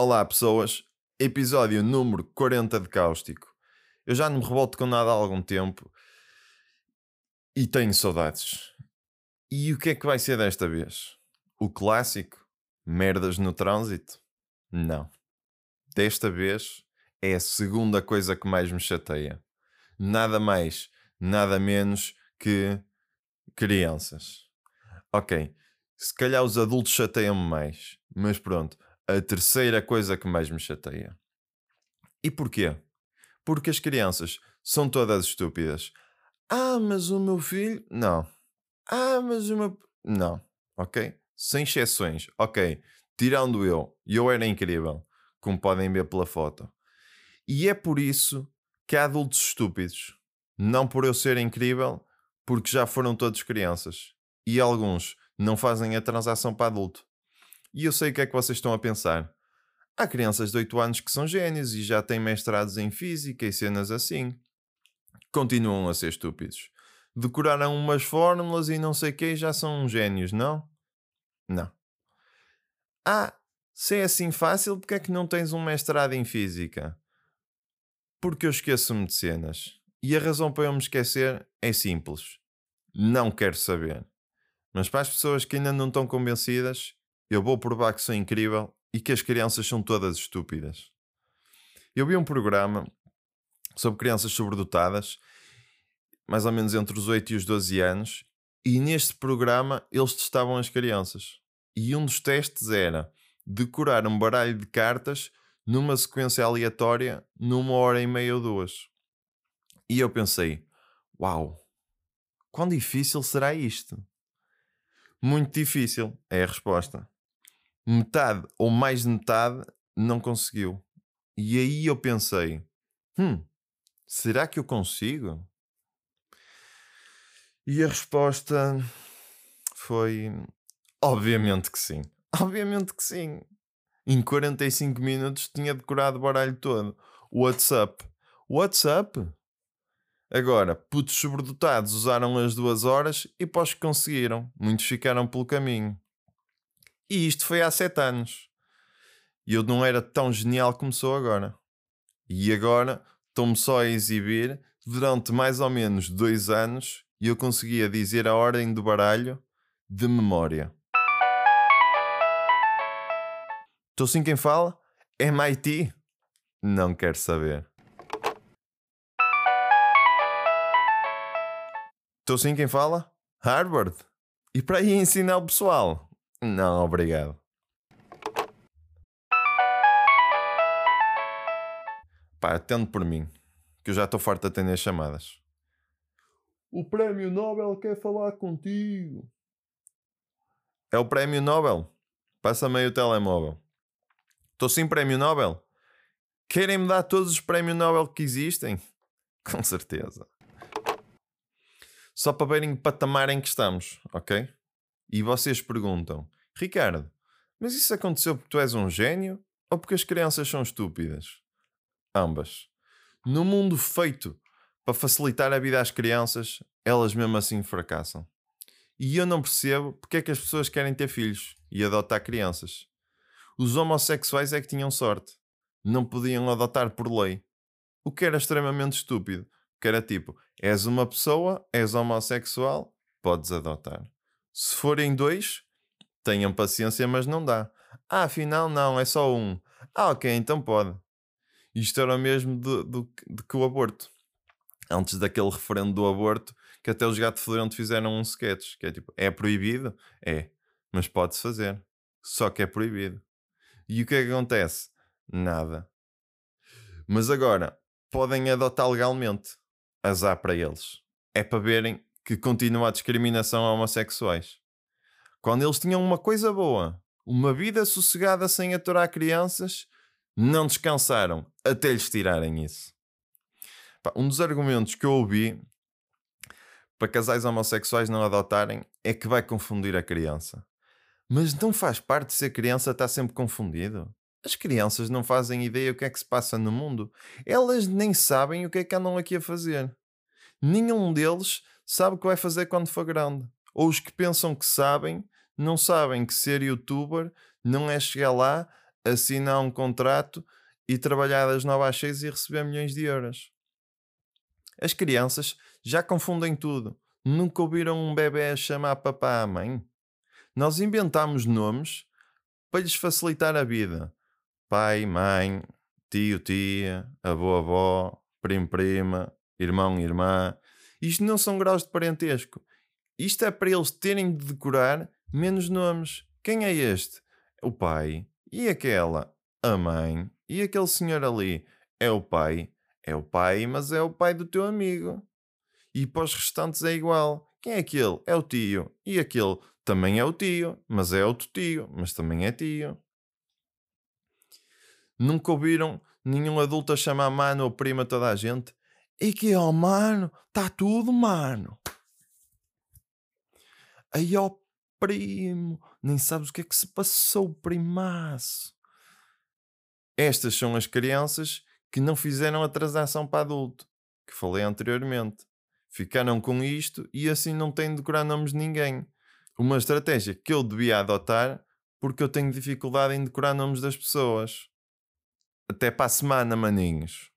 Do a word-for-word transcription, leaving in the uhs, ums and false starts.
Olá pessoas, episódio número quarenta de Cáustico. Eu já não me revolto com nada há algum tempo e tenho saudades. E o que é que vai ser desta vez? O clássico? Merdas no trânsito? Não. Desta vez é a segunda coisa que mais me chateia. Nada mais, nada menos que crianças. Ok, se calhar os adultos chateiam-me mais, mas pronto, a terceira coisa que mais me chateia. E porquê? Porque as crianças são todas estúpidas. Ah, mas o meu filho. Não. Ah, mas o meu. Não. Ok? Sem exceções. Ok. Tirando eu. E eu era incrível. Como podem ver pela foto. E é por isso que há adultos estúpidos. Não por eu ser incrível, porque já foram todos crianças. E alguns não fazem a transação para adulto. E eu sei o que é que vocês estão a pensar. Há crianças de oito anos que são génios e já têm mestrados em física e cenas assim. Continuam a ser estúpidos. Decoraram umas fórmulas e não sei o que e já são génios, não? Não. Ah, se é assim fácil, porque é que não tens um mestrado em física? Porque eu esqueço-me de cenas. E a razão para eu me esquecer é simples. Não quero saber. Mas para as pessoas que ainda não estão convencidas, eu vou provar que sou incrível e que as crianças são todas estúpidas. Eu vi um programa sobre crianças sobredotadas, mais ou menos entre os oito e os doze anos, e neste programa eles testavam as crianças. E um dos testes era decorar um baralho de cartas numa sequência aleatória numa hora e meia ou duas. E eu pensei, uau, quão difícil será isto? Muito difícil, é a resposta. Metade ou mais de metade não conseguiu. E aí eu pensei, hum, será que eu consigo? E a resposta foi, obviamente que sim. Obviamente que sim. Em quarenta e cinco minutos tinha decorado o baralho todo. WhatsApp. WhatsApp? Agora, putos sobredotados usaram as duas horas e pós que conseguiram. Muitos ficaram pelo caminho. E isto foi há sete anos. E eu não era tão genial como sou agora. E agora estou-me só a exibir durante mais ou menos dois anos e eu conseguia dizer a ordem do baralho de memória. Estou sim quem fala? M I T? Não quero saber. Estou sim quem fala? Harvard? E para aí ensinar o pessoal? Não, obrigado. Pá, atende por mim, que eu já estou farto de atender chamadas. O Prémio Nobel quer falar contigo. É o Prémio Nobel? Passa-me aí o telemóvel. Estou sim Prémio Nobel? Querem-me dar todos os Prémios Nobel que existem? Com certeza. Só para verem o patamar em que estamos, ok? E vocês perguntam, Ricardo, mas isso aconteceu porque tu és um gênio ou porque as crianças são estúpidas? Ambas. No mundo feito para facilitar a vida às crianças, elas mesmo assim fracassam. E eu não percebo porque é que as pessoas querem ter filhos e adotar crianças. Os homossexuais é que tinham sorte. Não podiam adotar por lei. O que era extremamente estúpido. Que era tipo, és uma pessoa, és homossexual, podes adotar. Se forem dois, tenham paciência, mas não dá. Ah, afinal não, é só um. Ah, ok, então pode. Isto era o mesmo do, do, do que o aborto. Antes daquele referendo do aborto, que até os gatos fedorentos fizeram um sketch, que é tipo, é proibido? É, mas pode-se fazer. Só que é proibido. E o que é que acontece? Nada. Mas agora, podem adotar legalmente. Azar para eles. É para verem que continua a discriminação a homossexuais. Quando eles tinham uma coisa boa, uma vida sossegada sem aturar crianças, não descansaram até lhes tirarem isso. Pá, um dos argumentos que eu ouvi para casais homossexuais não adotarem é que vai confundir a criança. Mas não faz parte de ser criança estar sempre confundido. As crianças não fazem ideia o que é que se passa no mundo. Elas nem sabem o que é que andam aqui a fazer. Nenhum deles sabe o que vai fazer quando for grande. Ou os que pensam que sabem, não sabem que ser youtuber não é chegar lá assinar um contrato e trabalhar das nove às seis e receber milhões de euros. As crianças já confundem tudo. Nunca ouviram um bebê a chamar papá à mãe? Nós inventámos nomes para lhes facilitar a vida. Pai, mãe, tio, tia, avô, avó, primo, prima, irmão, irmã. Isto não são graus de parentesco. Isto é para eles terem de decorar menos nomes. Quem é este? O pai. E aquela? A mãe. E aquele senhor ali? É o pai. É o pai, mas é o pai do teu amigo. E para os restantes é igual. Quem é aquele? É o tio. E aquele? Também é o tio, mas é outro tio, mas também é tio. Nunca ouviram nenhum adulto a chamar mano ou prima toda a gente? E que ó, mano, está tudo, mano. Aí ó, primo, nem sabes o que é que se passou, primaço. Estas são as crianças que não fizeram a transação para adulto, que falei anteriormente. Ficaram com isto e assim não têm de decorar nomes de ninguém. Uma estratégia que eu devia adotar porque eu tenho dificuldade em decorar nomes das pessoas. Até para a semana, maninhos.